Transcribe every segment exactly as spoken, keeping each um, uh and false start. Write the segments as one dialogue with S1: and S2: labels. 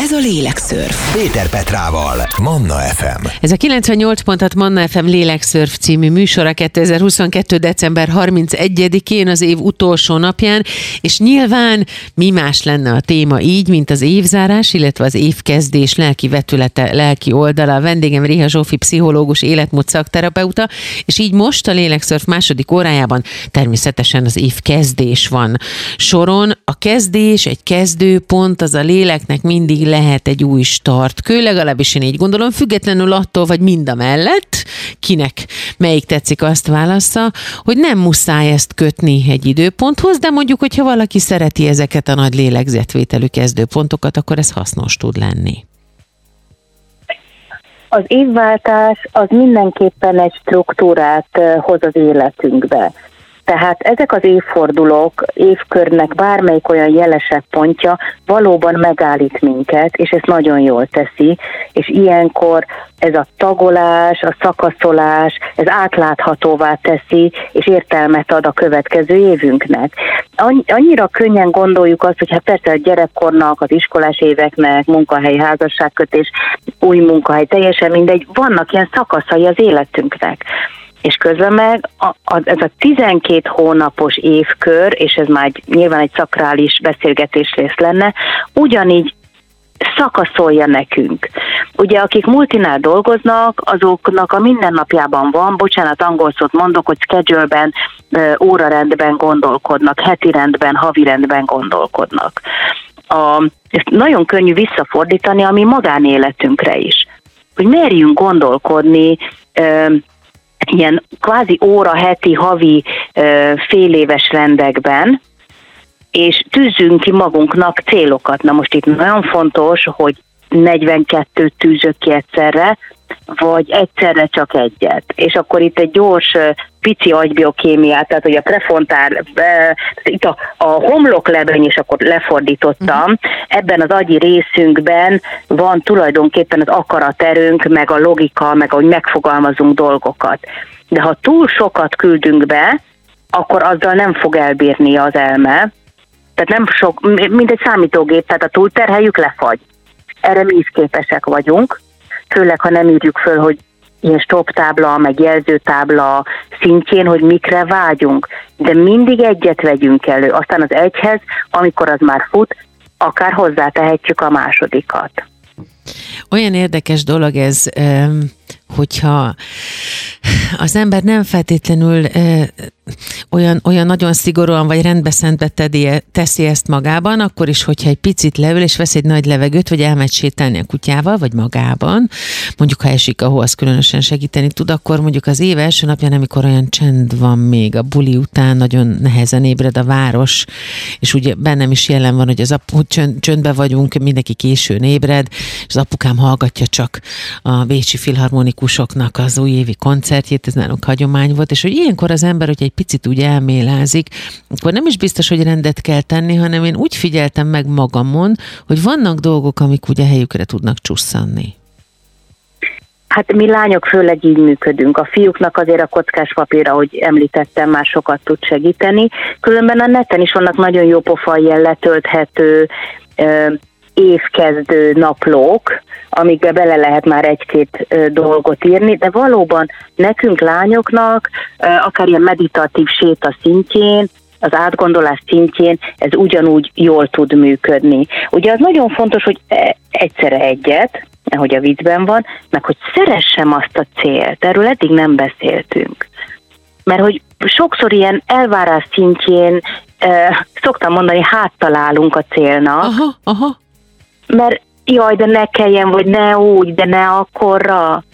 S1: Ez a Lélekszörf.
S2: Péter Petrával, Manna ef em.
S3: Ez a kilencvennyolc pont hat Manna ef em Lélekszörf című műsora kétezer-huszonkettő. december harmincegyedikén, az év utolsó napján, és nyilván mi más lenne a téma így, mint az évzárás, illetve az évkezdés lelki vetülete, lelki oldala. A vendégem Riha Zsófi, pszichológus, életmód szakterapeuta, és így most a Lélekszörf második órájában természetesen az évkezdés van soron. A kezdés, egy kezdőpont, az a léleknek mindig lehet egy új startkő, legalábbis én így gondolom, függetlenül attól, vagy mind a mellett, kinek melyik tetszik, azt válassza, hogy nem muszáj ezt kötni egy időponthoz, de mondjuk, hogyha valaki szereti ezeket a nagy lélegzetvételű kezdőpontokat, akkor ez hasznos tud lenni.
S4: Az évváltás az mindenképpen egy struktúrát hoz az életünkbe. Tehát ezek az évfordulók, évkörnek bármelyik olyan jelesebb pontja valóban megállít minket, és ezt nagyon jól teszi, és ilyenkor ez a tagolás, a szakaszolás, ez átláthatóvá teszi, és értelmet ad a következő évünknek. Annyira könnyen gondoljuk azt, hogy hát persze a gyerekkornak, az iskolás éveknek, munkahely, házasságkötés, új munkahely, teljesen mindegy, vannak ilyen szakaszai az életünknek. És közben meg a, a, ez a tizenkét hónapos évkör, és ez már nyilván egy szakrális beszélgetés rész lenne, ugyanígy szakaszolja nekünk. Ugye akik multinál dolgoznak, azoknak a mindennapjában van, bocsánat, angol szót mondok, hogy schedule-ben, órarendben gondolkodnak, heti rendben, havi rendben gondolkodnak. A, ezt nagyon könnyű visszafordítani a mi magánéletünkre is. Hogy merjünk gondolkodni, ilyen kvázi óra, heti, havi, fél éves rendekben, és tűzzünk ki magunknak célokat. Na most itt nagyon fontos, hogy negyvenkettőt tűzök ki egyszerre, vagy egyszerre csak egyet. És akkor itt egy gyors, pici agybiokémiát, tehát hogy a prefrontál, itt a, a homloklebeny, és akkor lefordítottam, ebben az agyi részünkben van tulajdonképpen az akaraterőnk, meg a logika, meg ahogy megfogalmazunk dolgokat. De ha túl sokat küldünk be, akkor azzal nem fog elbírni az elme. Tehát nem sok, mint egy számítógép, tehát a túlterheljük, lefagy. Erre mi is képesek vagyunk, főleg ha nem írjuk föl, hogy ilyen stoptábla, meg jelzőtábla szintjén, hogy mikre vágyunk. De mindig egyet vegyünk elő. Aztán az egyhez, amikor az már fut, akár hozzátehetjük a másodikat.
S3: Olyan érdekes dolog ez, hogyha az ember nem feltétlenül olyan, olyan nagyon szigorúan vagy rendbeszentve teszi ezt magában, akkor is, hogyha egy picit leül és vesz egy nagy levegőt, vagy elmegy sétálni a kutyával, vagy magában, mondjuk ha esik, ahol az különösen segíteni tud, akkor mondjuk az év első napján, amikor olyan csend van még, a buli után nagyon nehezen ébred a város, és ugye bennem is jelen van, hogy az apu, csönd, csöndbe vagyunk, mindenki későn ébred, és az apukám hallgatja csak a bécsi filharmonikusoknak az újévi koncertjét, ez nálunk hagyomány volt, és hogy ilyenkor az ember, hogy egy picit úgy elmélázik, akkor nem is biztos, hogy rendet kell tenni, hanem én úgy figyeltem meg magamon, hogy vannak dolgok, amik ugye helyükre tudnak csusszanni.
S4: Hát mi lányok főleg így működünk. A fiúknak azért a kockás papír, ahogy említettem, már sokat tud segíteni. Különben a neten is vannak nagyon jó pofa ilyen letölthető évkezdő naplók, amikbe bele lehet már egy-két dolgot írni, de valóban nekünk lányoknak, akár ilyen meditatív séta szintjén, az átgondolás szintjén ez ugyanúgy jól tud működni. Ugye az nagyon fontos, hogy egyszerre egyet, ahogy a viccben van, meg hogy szeressem azt a célt, erről eddig nem beszéltünk. Mert hogy sokszor ilyen elvárás szintjén eh, szoktam mondani, háttalálunk a célnak,
S3: aha, aha.
S4: Mert jaj, de ne kelljen, vagy ne úgy, de ne akkorra.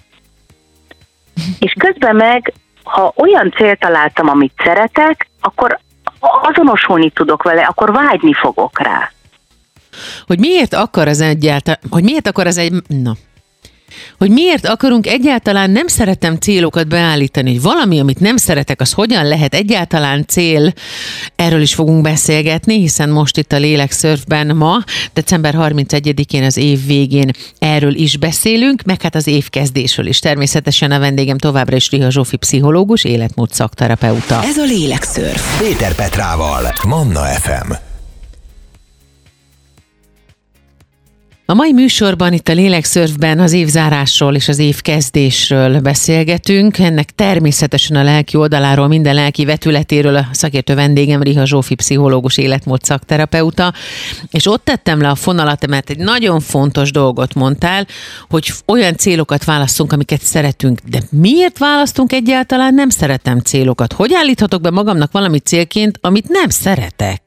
S4: És közben meg, ha olyan célt találtam, amit szeretek, akkor azonosulni tudok vele, akkor vágyni fogok rá.
S3: Hogy miért akar az egyáltalán, hogy miért akar az egy, na, hogy miért akarunk egyáltalán nem szeretem célokat beállítani, hogy valami, amit nem szeretek, az hogyan lehet egyáltalán cél, erről is fogunk beszélgetni, hiszen most itt a Lélekszörfben ma, december harmincegyedikén az év végén erről is beszélünk, meg hát az évkezdésről is. Természetesen a vendégem továbbra is Riha Zsófi, pszichológus, életmód szakterapeuta.
S1: Ez a Lélekszörf.
S2: Péter Petrával, Manna ef em.
S3: A mai műsorban itt a Lélekszörfben az évzárásról és az évkezdésről beszélgetünk. Ennek természetesen a lelki oldaláról, minden lelki vetületéről a szakértő vendégem Riha Zsófi pszichológus, életmód szakterapeuta. És ott tettem le a fonalat, mert egy nagyon fontos dolgot mondtál, hogy olyan célokat választunk, amiket szeretünk. De miért választunk egyáltalán nem szeretem célokat? Hogy állíthatok be magamnak valami célként, amit nem szeretek?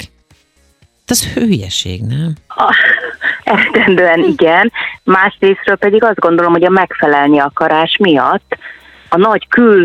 S3: Ez hülyeség, nem?
S4: Esztendően igen. Másrésztről pedig azt gondolom, hogy a megfelelni akarás miatt a nagy kül,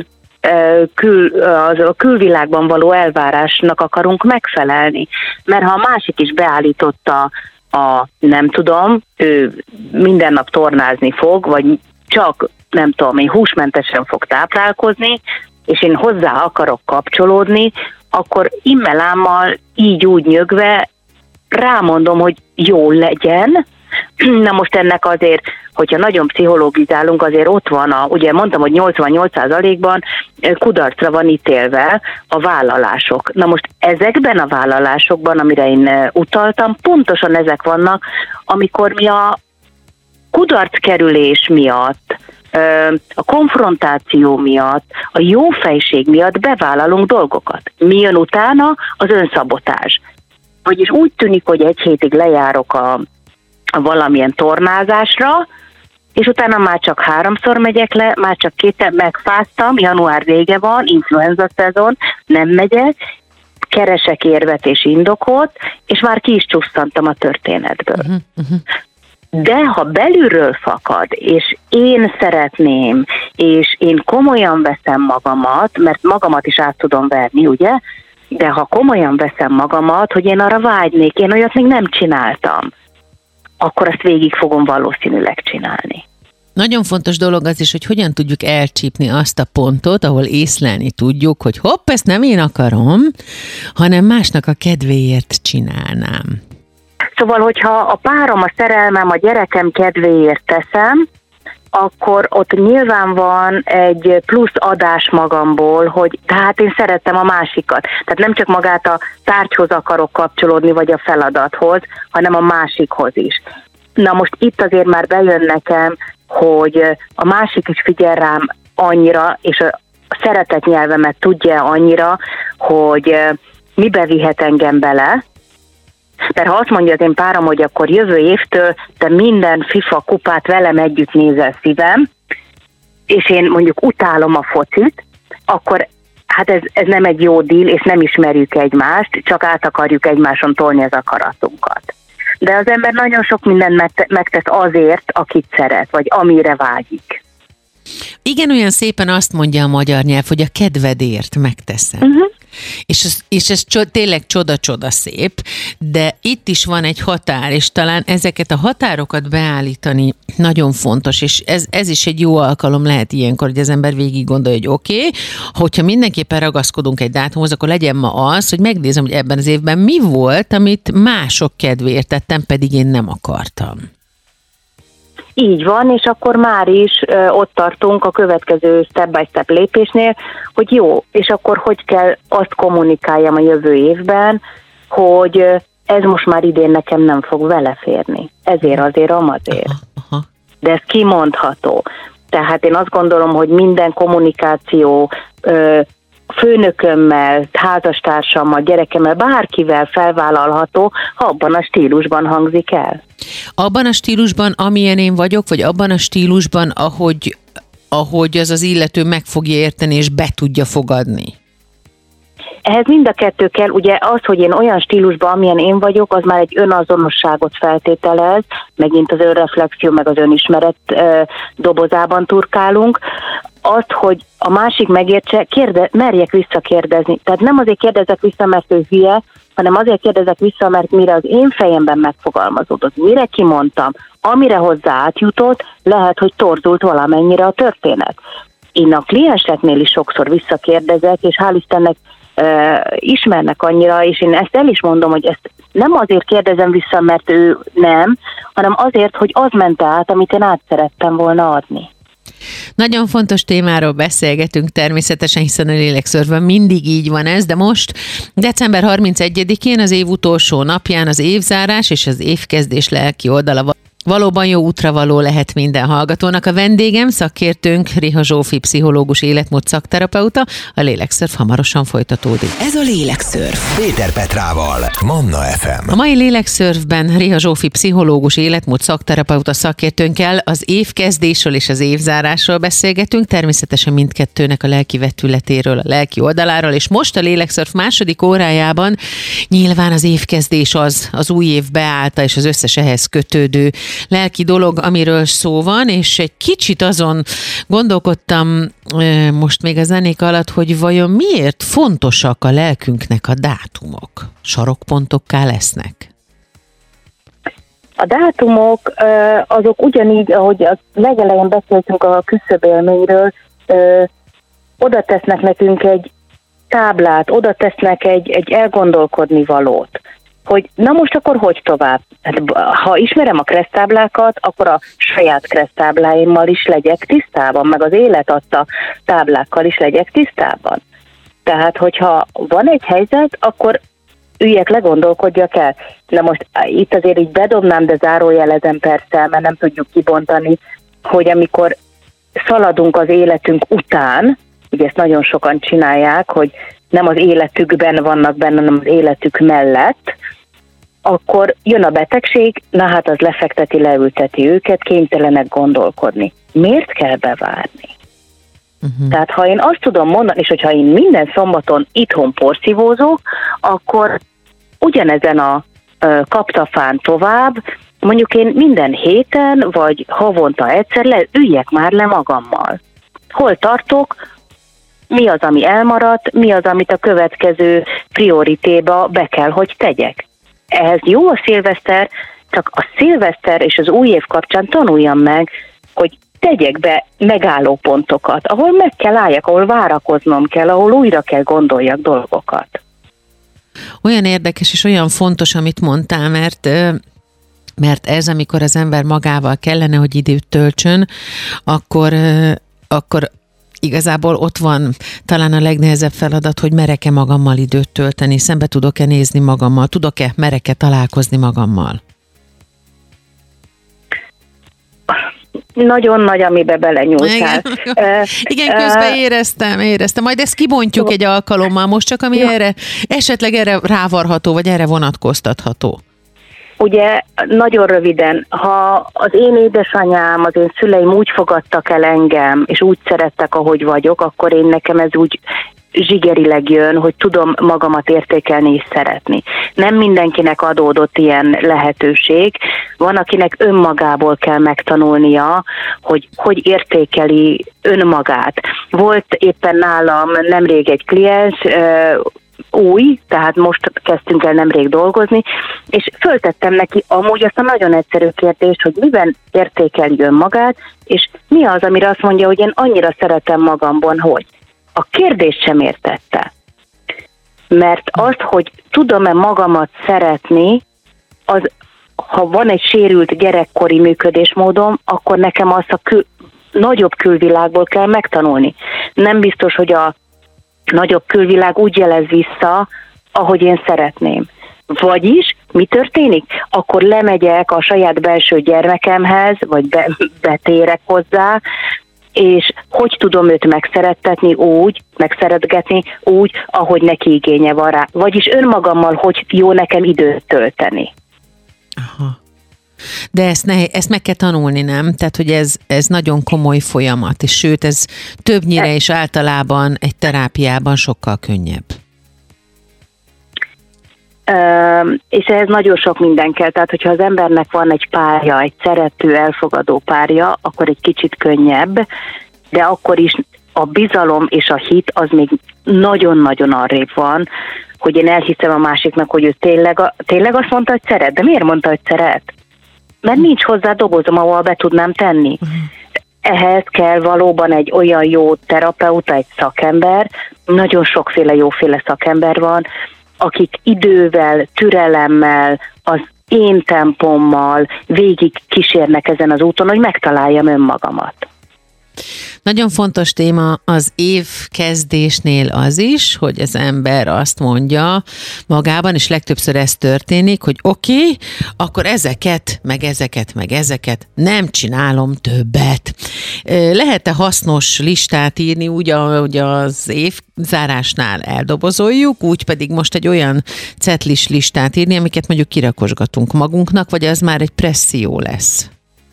S4: kül, az a külvilágban való elvárásnak akarunk megfelelni. Mert ha a másik is beállította a nem tudom, ő minden nap tornázni fog, vagy csak nem tudom, én húsmentesen fog táplálkozni, és én hozzá akarok kapcsolódni, akkor immelámmal így úgy nyögve rámondom, hogy jó legyen. Na most ennek azért, hogyha nagyon pszichológizálunk, azért ott van, a, ugye mondtam, hogy nyolcvannyolc százalékban kudarcra van ítélve a vállalások. Na most ezekben a vállalásokban, amire én utaltam, pontosan ezek vannak, amikor mi a kudarckerülés miatt, a konfrontáció miatt, a jófejség miatt bevállalunk dolgokat. Mi jön utána? Az önszabotázs. Vagyis úgy tűnik, hogy egy hétig lejárok a, a valamilyen tornázásra, és utána már csak háromszor megyek le, már csak kétszer megfáztam, január vége van, influenza szezon, nem megyek, keresek érvet és indokot, és már ki is csusszantam a történetből. Uh-huh, uh-huh. De ha belülről fakad, és én szeretném, és én komolyan veszem magamat, mert magamat is át tudom verni, ugye? De ha komolyan veszem magamat, hogy én arra vágynék, én olyat még nem csináltam, akkor azt végig fogom valószínűleg csinálni.
S3: Nagyon fontos dolog az is, hogy hogyan tudjuk elcsípni azt a pontot, ahol észlelni tudjuk, hogy hopp, ezt nem én akarom, hanem másnak a kedvéért csinálnám.
S4: Szóval, hogyha a párom, a szerelmem, a gyerekem kedvéért teszem, akkor ott nyilván van egy plusz adás magamból, hogy tehát én szerettem a másikat. Tehát nem csak magát a tárgyhoz akarok kapcsolódni, vagy a feladathoz, hanem a másikhoz is. Na most itt azért már bejön nekem, hogy a másik is figyel rám annyira, és a szeretet nyelvemet tudja annyira, hogy mibe vihet engem bele. Mert ha azt mondja az én párom, hogy akkor jövő évtől te minden FIFA kupát velem együtt nézel szívem, és én mondjuk utálom a focit, akkor hát ez, ez nem egy jó díl, és nem ismerjük egymást, csak át akarjuk egymáson tolni az akaratunkat. De az ember nagyon sok mindent megtesz azért, akit szeret, vagy amire vágyik.
S3: Igen, olyan szépen azt mondja a magyar nyelv, hogy a kedvedért megteszem. Uh-huh. És ez, és ez cso- tényleg csoda-csoda szép, de itt is van egy határ, és talán ezeket a határokat beállítani nagyon fontos, és ez, ez is egy jó alkalom lehet ilyenkor, hogy az ember végig gondolja, hogy oké, okay, hogyha mindenképpen ragaszkodunk egy dátumhoz, akkor legyen ma az, hogy megnézem, hogy ebben az évben mi volt, amit mások kedvéért tettem, pedig én nem akartam.
S4: Így van, és akkor már is ö, ott tartunk a következő step-by-step lépésnél, hogy jó, és akkor hogy kell azt kommunikáljam a jövő évben, hogy ez most már idén nekem nem fog beleférni. Ezért, azért, amazért.
S3: Aha, aha.
S4: De ez kimondható. Tehát én azt gondolom, hogy minden kommunikáció ö, főnökömmel, házastársammal, gyerekemmel, bárkivel felvállalható, ha abban a stílusban hangzik el.
S3: Abban a stílusban, amilyen én vagyok, vagy abban a stílusban, ahogy, ahogy az az illető meg fogja érteni, és be tudja fogadni?
S4: Ehhez mind a kettő kell, ugye az, hogy én olyan stílusban, amilyen én vagyok, az már egy önazonosságot feltételez, megint az önreflexió, meg az önismeret ö, dobozában turkálunk. Azt, hogy a másik megértse, kérde, merjek visszakérdezni. Tehát nem azért kérdezek vissza, mert ő hülye, hanem azért kérdezek vissza, mert mire az én fejemben megfogalmazódott, mire kimondtam, amire hozzá átjutott, lehet, hogy torzult valamennyire a történet. Én a klienseknél is sokszor visszakérdezek, és hál' Istennek uh, ismernek annyira, és én ezt el is mondom, hogy ezt nem azért kérdezem vissza, mert ő nem, hanem azért, hogy az ment át, amit én át szerettem volna adni.
S3: Nagyon fontos témáról beszélgetünk természetesen, hiszen a Lélekszörfben mindig így van ez, de most december harmincegyedikén, az év utolsó napján az évzárás és az évkezdés lelki oldala Valóban jó útra való lehet minden hallgatónak. A vendégem, szakértőnk, Riha Zsófi, pszichológus, életmód szakterapeuta. A Lélekszörf hamarosan folytatódik.
S1: Ez a Lélekszörf.
S2: Péter Petrával, Manna ef em.
S3: A mai Lélekszörfben Riha Zsófi, pszichológus, életmód szakterapeuta szakértőnkkel az évkezdésről és az évzárásról beszélgetünk, természetesen mindkettőnek a lelki vetületéről, a lelki oldaláról, és most a Lélekszörf második órájában nyilván az évkezdés az, az új év beállta, és az összes ehhez kötődő lelki dolog, amiről szó van, és egy kicsit azon gondolkodtam most még a zenék alatt, hogy vajon miért fontosak a lelkünknek a dátumok? Sarokpontokká lesznek?
S4: A dátumok azok ugyanígy, ahogy a legelején beszéltünk a küszöbélményről, oda tesznek nekünk egy táblát, oda tesznek egy, egy elgondolkodni valót, hogy na most akkor hogy tovább? Hát, ha ismerem a kereszttáblákat, akkor a saját kereszttábláimmal is legyek tisztában, meg az élet adta táblákkal is legyek tisztában. Tehát, hogyha van egy helyzet, akkor üljek le, gondolkodjak el. Na most itt azért így bedobnám, de zárójelezem persze, mert nem tudjuk kibontani, hogy amikor szaladunk az életünk után, ugye ezt nagyon sokan csinálják, hogy nem az életükben vannak benne, hanem az életük mellett, akkor jön a betegség, na hát az lefekteti, leülteti őket, kénytelenek gondolkodni. Miért kell bevárni? Uh-huh. Tehát ha én azt tudom mondani, és hogyha én minden szombaton itthon porszívózok, akkor ugyanezen a ö, kaptafán tovább, mondjuk én minden héten, vagy havonta egyszer le, üljek már le magammal. Hol tartok, mi az, ami elmaradt, mi az, amit a következő prioritéba be kell, hogy tegyek. Ehhez jó a szilveszter, csak a szilveszter és az új év kapcsán tanuljam meg, hogy tegyek be megálló pontokat, ahol meg kell álljak, ahol várakoznom kell, ahol újra kell gondoljak dolgokat.
S3: Olyan érdekes és olyan fontos, amit mondtál, mert, mert ez, amikor az ember magával kellene, hogy időt töltsön, akkor, akkor igazából ott van talán a legnehezebb feladat, hogy merek-e magammal időt tölteni, szembe tudok-e nézni magammal, tudok-e, merek-e találkozni magammal?
S4: Nagyon nagy, amibe belenyúltál.
S3: Igen, uh, Igen közben uh, éreztem, éreztem. Majd ezt kibontjuk uh, egy alkalommal, most csak ami uh, erre, esetleg erre rávarható, vagy erre vonatkoztatható.
S4: Ugye nagyon röviden, ha az én édesanyám, az én szüleim úgy fogadtak el engem, és úgy szerettek, ahogy vagyok, akkor én nekem ez úgy zsigerileg jön, hogy tudom magamat értékelni és szeretni. Nem mindenkinek adódott ilyen lehetőség. Van, akinek önmagából kell megtanulnia, hogy hogy értékeli önmagát. Volt éppen nálam nemrég egy kliens, új, tehát most kezdtünk el nemrég dolgozni, és föltettem neki amúgy azt a nagyon egyszerű kérdést, hogy miben értékeli önmagát, és mi az, amire azt mondja, hogy én annyira szeretem magamban, hogy a kérdést sem értette. Mert azt, hogy tudom-e magamat szeretni, az, ha van egy sérült gyerekkori működésmódom, akkor nekem azt a kül, nagyobb külvilágból kell megtanulni. Nem biztos, hogy a nagyobb külvilág úgy jelez vissza, ahogy én szeretném. Vagyis, mi történik? Akkor lemegyek a saját belső gyermekemhez, vagy be, betérek hozzá, és hogy tudom őt megszerettetni úgy, megszeretgetni úgy, ahogy neki igénye van rá. Vagyis önmagammal, hogy jó nekem időt tölteni.
S3: Aha. De ezt, ne, ezt meg kell tanulni, nem? Tehát, hogy ez, ez nagyon komoly folyamat, és sőt, ez többnyire és általában egy terápiában sokkal könnyebb.
S4: Ö, és ehhez nagyon sok minden kell. Tehát, hogyha az embernek van egy párja, egy szerető, elfogadó párja, akkor egy kicsit könnyebb, de akkor is a bizalom és a hit az még nagyon-nagyon arrébb van, hogy én elhiszem a másiknak, hogy ő tényleg, tényleg azt mondta, hogy szeret. De miért mondta, hogy szeret? Mert nincs hozzá dobozom, ahol be tudnám tenni. Ehhez kell valóban egy olyan jó terapeuta, egy szakember, nagyon sokféle jóféle szakember van, akik idővel, türelemmel, az én tempommal végig kísérnek ezen az úton, hogy megtaláljam önmagamat.
S3: Nagyon fontos téma az év kezdésnél az is, hogy az ember azt mondja magában, és legtöbbször ez történik, hogy oké, okay, akkor ezeket, meg ezeket, meg ezeket nem csinálom többet. Lehet-e hasznos listát írni úgy, ahogy az évzárásnál eldobozoljuk, úgy pedig most egy olyan cetlis listát írni, amiket mondjuk kirakosgatunk magunknak, vagy az már egy presszió lesz?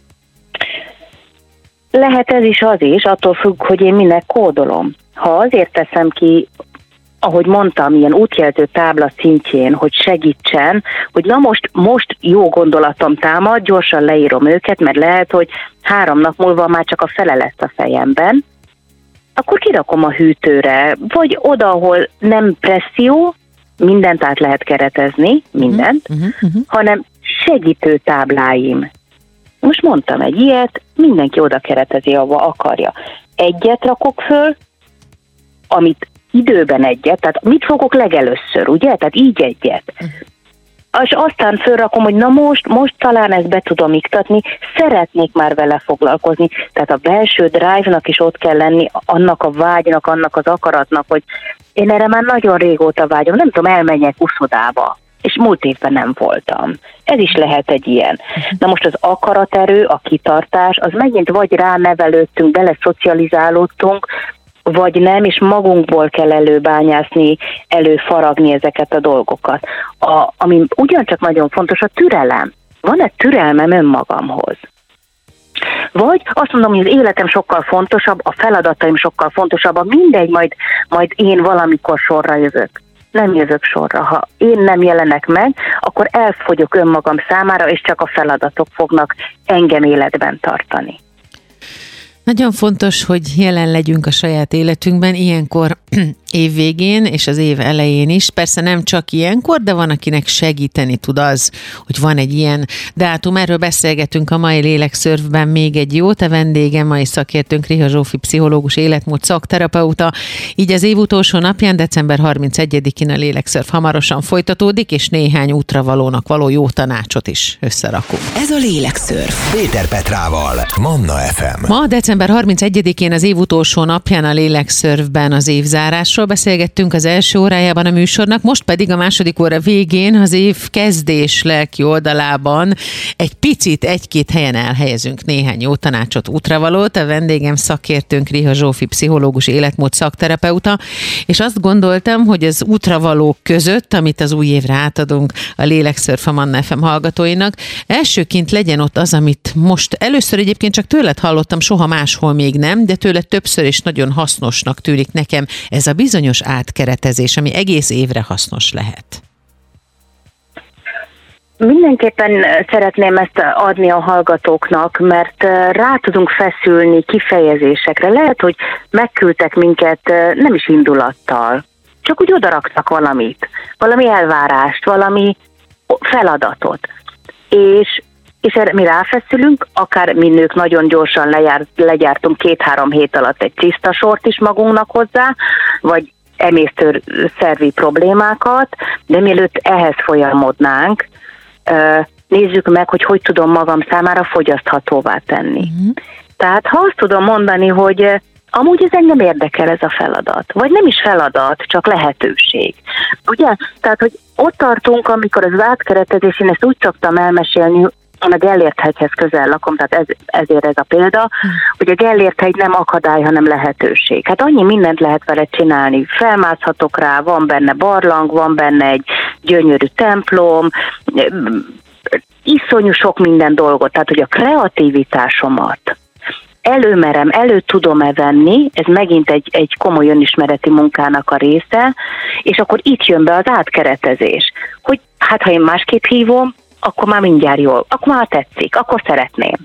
S4: Lehet ez is az is, attól függ, hogy én minek kódolom. Ha azért teszem ki, ahogy mondtam, ilyen útjelző tábla szintjén, hogy segítsen, hogy na most, most jó gondolatom támad, gyorsan leírom őket, mert lehet, hogy három nap múlva már csak a fele lesz a fejemben, akkor kirakom a hűtőre, vagy oda, ahol nem presszió, mindent át lehet keretezni, mindent, uh-huh, uh-huh. hanem segítő tábláim. Most mondtam egy ilyet, mindenki oda keretezi, ahova akarja. Egyet rakok föl, amit időben egyet, tehát mit fogok legelőször, ugye? Tehát így egyet. És aztán fölrakom, hogy na most, most talán ezt be tudom iktatni, szeretnék már vele foglalkozni. Tehát a belső drive-nak is ott kell lenni, annak a vágynak, annak az akaratnak, hogy én erre már nagyon régóta vágyom, nem tudom, elmenjek uszodába. És múlt évben nem voltam. Ez is lehet egy ilyen. Na most az akaraterő, a kitartás, az megint vagy ránevelődtünk, beleszocializálódtunk, vagy nem, és magunkból kell előbányászni, előfaragni ezeket a dolgokat. A, ami ugyancsak nagyon fontos, a türelem. Van-e türelmem önmagamhoz? Vagy azt mondom, hogy az életem sokkal fontosabb, a feladataim sokkal fontosabb, mindegy, majd, majd én valamikor sorra jövök. Nem jövök sorra. Ha én nem jelenek meg, akkor elfogyok önmagam számára, és csak a feladatok fognak engem életben tartani.
S3: Nagyon fontos, hogy jelen legyünk a saját életünkben, ilyenkor év végén és az év elején is. Persze nem csak ilyenkor, de van, akinek segíteni tud az, hogy van egy ilyen dátum. Erről beszélgetünk a mai Lélekszörfben még egy jót. A vendégem, mai szakértőnk Riha Zsófi, pszichológus, életmód szakterapeuta. Így az év utolsó napján, december harmincegyedikén a Lélekszörf hamarosan folytatódik, és néhány útravalónak való jó tanácsot is összerakunk.
S1: Ez a Lélekszörf.
S2: Péter Petrával, Manna ef em.
S3: Ma december harmincegyedikén az év utolsó napján a Lélekszörfben az évzárásról beszélgettünk az első órájában a műsornak, most pedig a második óra végén az év kezdés lelki oldalában egy picit egy-két helyen elhelyezünk néhány jó tanácsot, útravalót. A vendégem szakértőnk Riha Zsófi, pszichológus, életmód szakterapeuta, és azt gondoltam, hogy az útravalók között, amit az új évre átadunk a Lélekszörf a Manna ef em hallgatóinak, elsőként legyen ott az, amit most először egyébként csak tőled hallottam, soha máshol még nem, de tőled többször is nagyon hasznosnak tűnik nekem ez a bizonyos átkeretezés, ami egész évre hasznos lehet.
S4: Mindenképpen szeretném ezt adni a hallgatóknak, mert rá tudunk feszülni kifejezésekre. Lehet, hogy megküldtek minket nem is indulattal, csak úgy odaraktak valamit, valami elvárást, valami feladatot. És és erre mi ráfeszülünk, akár mi nők nagyon gyorsan lejár, legyártunk két-három hét alatt egy tiszta sort is magunknak hozzá, vagy emésztőszervi problémákat, de mielőtt ehhez folyamodnánk, nézzük meg, hogy hogy tudom magam számára fogyaszthatóvá tenni. Mm-hmm. Tehát ha azt tudom mondani, hogy amúgy ez engem érdekel ez a feladat, vagy nem is feladat, csak lehetőség. Ugye? Tehát, hogy ott tartunk, amikor az átkeretezés, én ezt úgy szoktam elmesélni, a Gellért-hegyhez közel lakom, tehát ez, ezért ez a példa, hmm. hogy a Gellért-hegy nem akadály, hanem lehetőség. Hát annyi mindent lehet vele csinálni. Felmászhatok rá, van benne barlang, van benne egy gyönyörű templom, iszonyú sok minden dolgot. Tehát, hogy a kreativitásomat előmerem, elő tudom-e venni, ez megint egy, egy komoly önismereti munkának a része, és akkor itt jön be az átkeretezés, hogy hát ha én másképp hívom, akkor már mindjárt jól, akkor már tetszik, akkor szeretném.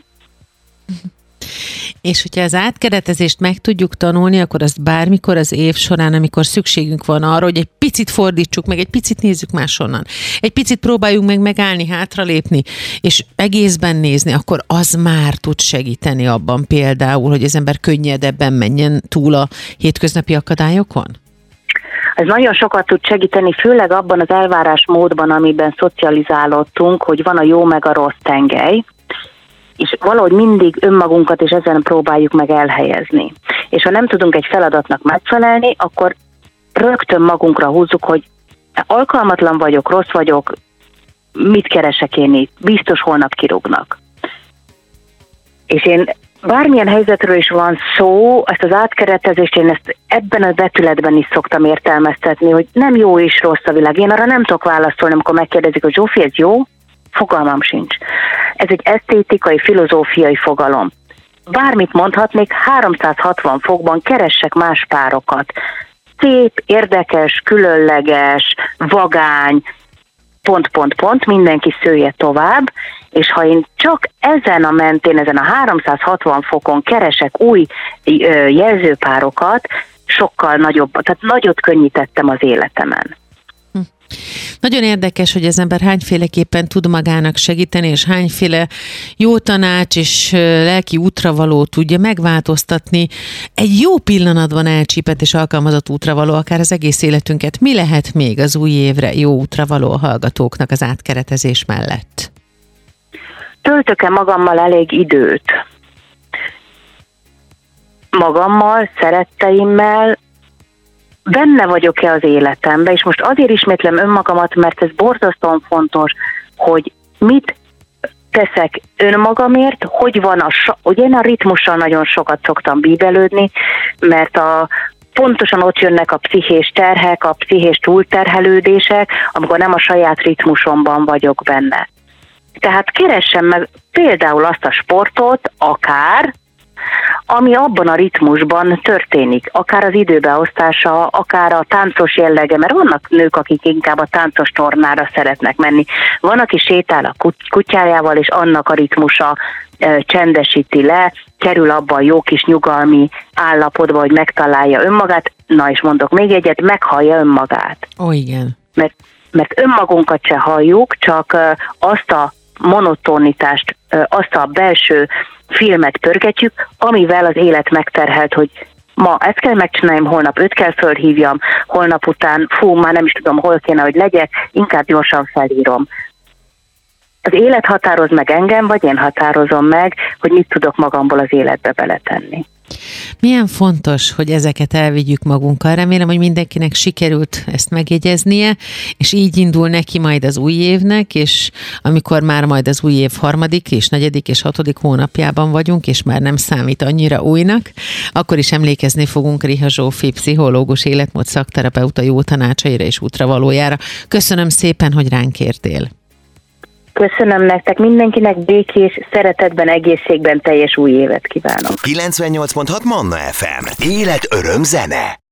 S3: És hogyha az átkeretezést meg tudjuk tanulni, akkor azt bármikor az év során, amikor szükségünk van arra, hogy egy picit fordítsuk meg, egy picit nézzük máshonnan, egy picit próbáljunk meg megállni, hátralépni, és egészben nézni, akkor az már tud segíteni abban például, hogy az ember könnyedebben menjen túl a hétköznapi akadályokon?
S4: Ez nagyon sokat tud segíteni, főleg abban az elvárás módban, amiben szocializálódtunk, hogy van a jó meg a rossz tengely, és valahogy mindig önmagunkat és ezen próbáljuk meg elhelyezni. és ha nem tudunk egy feladatnak megfelelni, akkor rögtön magunkra húzzuk, hogy alkalmatlan vagyok, rossz vagyok, mit keresek én itt, biztos holnap kirúgnak. És én bármilyen helyzetről is van szó, ezt az átkeretezést én ezt ebben a vetületben is szoktam értelmeztetni, hogy nem jó és rossz a világ. Én arra nem tudok válaszolni, amikor megkérdezik, hogy Zsófi, ez jó? Fogalmam sincs. Ez egy esztétikai, filozófiai fogalom. Bármit mondhatnék, háromszázhatvan fokban keressek más párokat. Szép, érdekes, különleges, vagány, pont, pont, pont, mindenki szője tovább, és ha én csak ezen a mentén, ezen a háromszázhatvan fokon keresek új jelzőpárokat, sokkal nagyobb, tehát nagyot könnyítettem az életemen.
S3: Hm. Nagyon érdekes, hogy az ember hányféleképpen tud magának segíteni, és hányféle jó tanács és lelki útravaló tudja megváltoztatni egy jó pillanatban elcsípett és alkalmazott útravaló, akár az egész életünket. Mi lehet még az új évre jó útravaló a hallgatóknak az átkeretezés mellett?
S4: Töltök-e magammal elég időt? Magammal, szeretteimmel, benne vagyok-e az életemben, és most azért ismétlem önmagamat, mert ez borzasztóan fontos, hogy mit teszek önmagamért, hogy van a, hogy én a ritmussal nagyon sokat szoktam bíbelődni, mert a pontosan ott jönnek a pszichés terhek, a pszichés túlterhelődések, amikor nem a saját ritmusomban vagyok benne. Tehát keressem meg például azt a sportot, akár, ami abban a ritmusban történik, akár az időbeosztása, akár a táncos jellege, mert vannak nők, akik inkább a táncos tornára szeretnek menni. Van, aki sétál a kutyájával, és annak a ritmusa e, csendesíti le, kerül abba a jó kis nyugalmi állapotba, hogy megtalálja önmagát, na és mondok még egyet, meghallja önmagát.
S3: Ó, igen.
S4: Mert, mert önmagunkat se halljuk, csak e, azt a monotonitást, e, azt a belső filmet pörgetjük, amivel az élet megterhelt, hogy ma ezt kell megcsináljam, holnap őt kell fölhívjam, holnap után, fú, már nem is tudom, hol kéne, hogy legyek, inkább gyorsan felírom. Az élet határoz meg engem, vagy én határozom meg, hogy mit tudok magamból az életbe beletenni.
S3: Milyen fontos, hogy ezeket elvigyük magunkkal. Remélem, hogy mindenkinek sikerült ezt megjegyeznie, és így indul neki majd az új évnek, és amikor már majd az új év harmadik, és negyedik, és hatodik hónapjában vagyunk, és már nem számít annyira újnak, akkor is emlékezni fogunk Riha Zsófi, pszichológus, életmód szakterapeuta jó tanácsaira és útravalójára. Köszönöm szépen, hogy ránk értél.
S4: Köszönöm nektek, mindenkinek békés, szeretetben, egészségben teljes új évet kívánok.
S2: kilencvennyolc pont hat Manna ef em. Élet, öröm, zene.